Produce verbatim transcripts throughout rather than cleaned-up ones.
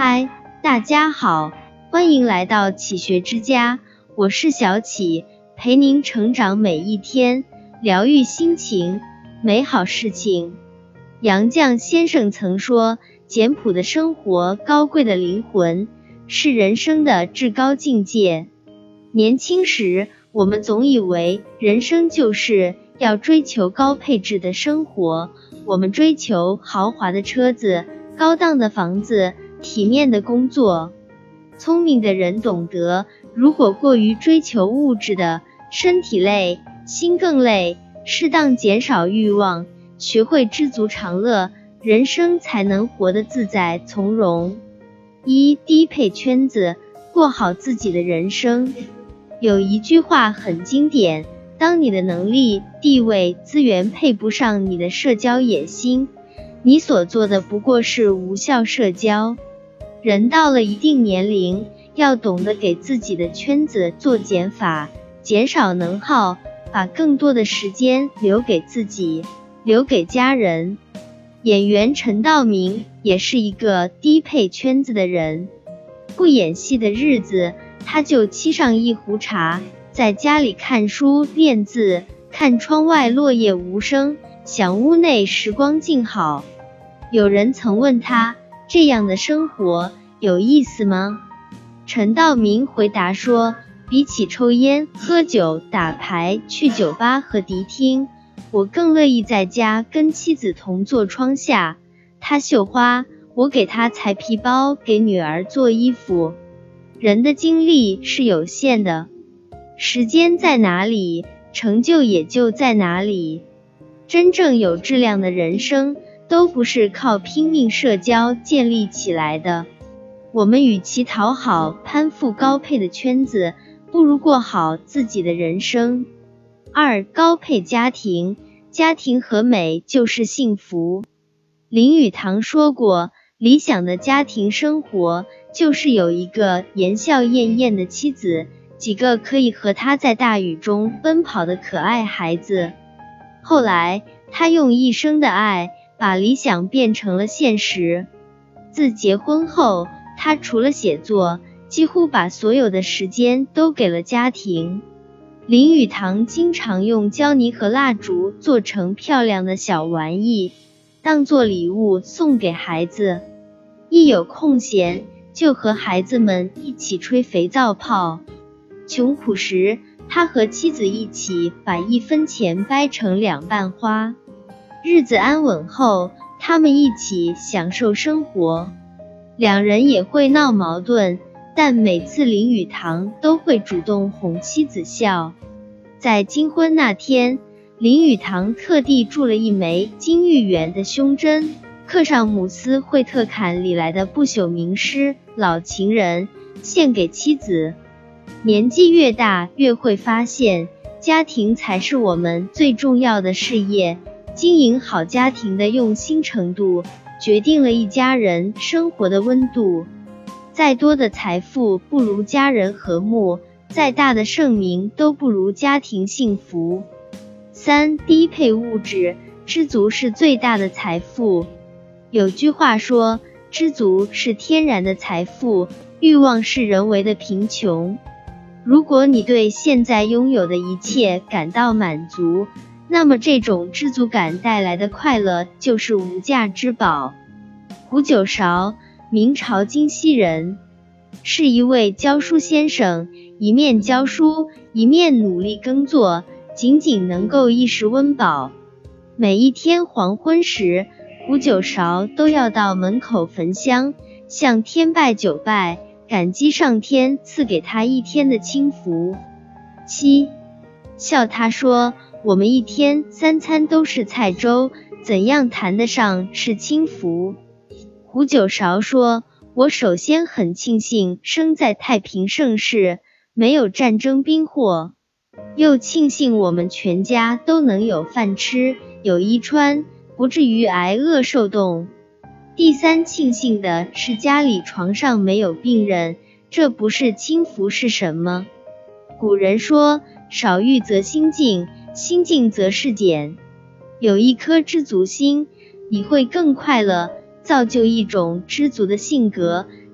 嗨，大家好，欢迎来到启学之家，我是小启，陪您成长每一天，疗愈心情，美好事情。杨绛先生曾说，简朴的生活，高贵的灵魂，是人生的至高境界。年轻时，我们总以为人生就是要追求高配置的生活，我们追求豪华的车子、高档的房子、体面的工作。聪明的人懂得，如果过于追求物质的，身体累，心更累，适当减少欲望，学会知足常乐，人生才能活得自在从容。一、低配圈子，过好自己的人生。有一句话很经典，当你的能力、地位、资源配不上你的社交野心，你所做的不过是无效社交。人到了一定年龄，要懂得给自己的圈子做减法，减少能耗，把更多的时间留给自己，留给家人。演员陈道明也是一个低配圈子的人，不演戏的日子，他就沏上一壶茶，在家里看书练字，看窗外落叶无声，想屋内时光静好。有人曾问他，这样的生活有意思吗？陈道明回答说，比起抽烟、喝酒、打牌、去酒吧和迪厅，我更乐意在家跟妻子同坐窗下，他绣花，我给他裁皮包，给女儿做衣服。人的精力是有限的，时间在哪里，成就也就在哪里。真正有质量的人生，都不是靠拼命社交建立起来的。我们与其讨好攀附高配的圈子，不如过好自己的人生。二、高配家庭，家庭和美就是幸福。林语堂说过，理想的家庭生活就是有一个言笑晏晏的妻子，几个可以和他在大雨中奔跑的可爱孩子。后来，他用一生的爱把理想变成了现实。自结婚后，他除了写作，几乎把所有的时间都给了家庭。林语堂经常用胶泥和蜡烛做成漂亮的小玩意，当做礼物送给孩子。一有空闲，就和孩子们一起吹肥皂泡。穷苦时，他和妻子一起把一分钱掰成两瓣花。日子安稳后，他们一起享受生活。两人也会闹矛盾，但每次林语堂都会主动哄妻子笑。在金婚那天，林语堂特地铸了一枚金玉缘的胸针，刻上姆斯惠特坎里来的不朽名诗《老情人》，献给妻子。年纪越大，越会发现，家庭才是我们最重要的事业。经营好家庭的用心程度，决定了一家人生活的温度。再多的财富不如家人和睦，再大的盛名都不如家庭幸福。三、低配物质，知足是最大的财富。有句话说，知足是天然的财富，欲望是人为的贫穷。如果你对现在拥有的一切感到满足，那么这种知足感带来的快乐就是无价之宝。胡九韶，明朝京西人，是一位教书先生，一面教书，一面努力耕作，仅仅能够一时温饱。每一天黄昏时，胡九韶都要到门口焚香，向天拜九拜，感激上天赐给他一天的清福。七、笑他说，我们一天三餐都是菜粥，怎样谈得上是清福？胡九韶说，我首先很庆幸生在太平盛世，没有战争兵祸，又庆幸我们全家都能有饭吃，有衣穿，不至于挨饿受冻。第三庆幸的是家里床上没有病人，这不是清福是什么？古人说，少欲则心静，心静则事简。有一颗知足心，你会更快乐，造就一种知足的性格，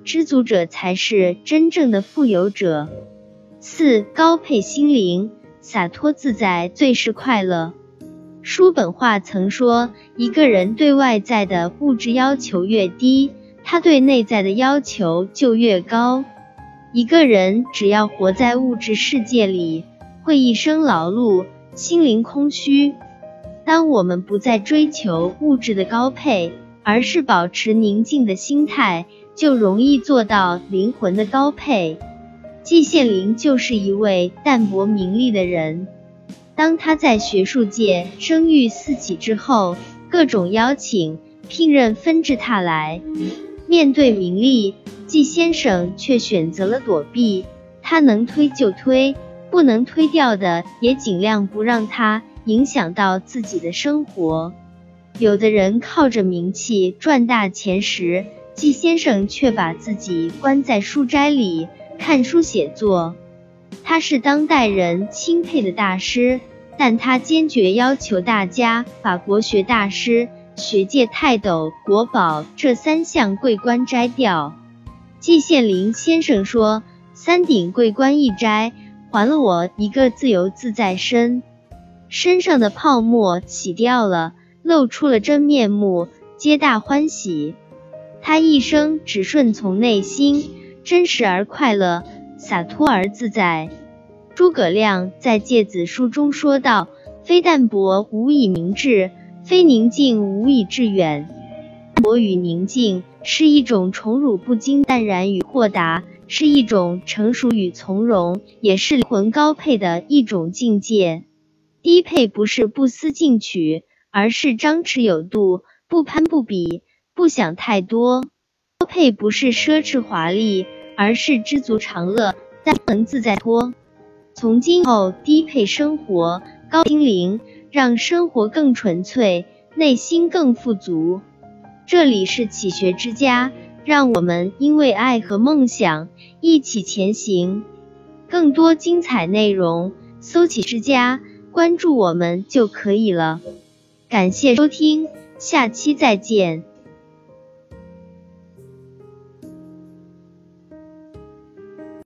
知足者才是真正的富有者。四、高配心灵，洒脱自在最是快乐。叔本华曾说，一个人对外在的物质要求越低，他对内在的要求就越高。一个人只要活在物质世界里，会一生劳碌，心灵空虚。当我们不再追求物质的高配，而是保持宁静的心态，就容易做到灵魂的高配。季羡林就是一位淡泊名利的人。当他在学术界声誉四起之后，各种邀请、聘任纷至沓来。面对名利，季先生却选择了躲避，他能推就推，不能推掉的也尽量不让它影响到自己的生活。有的人靠着名气赚大钱时，季先生却把自己关在书斋里看书写作。他是当代人钦佩的大师，但他坚决要求大家把国学大师、学界泰斗、国宝这三项桂冠摘掉。季羡林先生说，三顶桂冠一摘，还了我一个自由自在身。身上的泡沫洗掉了，露出了真面目，皆大欢喜。他一生只顺从内心，真实而快乐，洒脱而自在。诸葛亮在诫子书中说道，非淡泊无以明志，非宁静无以致远。淡泊与宁静是一种宠辱不惊，淡然与豁达是一种成熟与从容，也是灵魂高配的一种境界。低配不是不思进取，而是张弛有度，不攀不比，不想太多。高配不是奢侈华丽，而是知足常乐，淡能自在脱。从今后低配生活，高心灵，让生活更纯粹，内心更富足。这里是启学之家，让我们因为爱和梦想一起前行。更多精彩内容，搜启之家，关注我们就可以了。感谢收听，下期再见。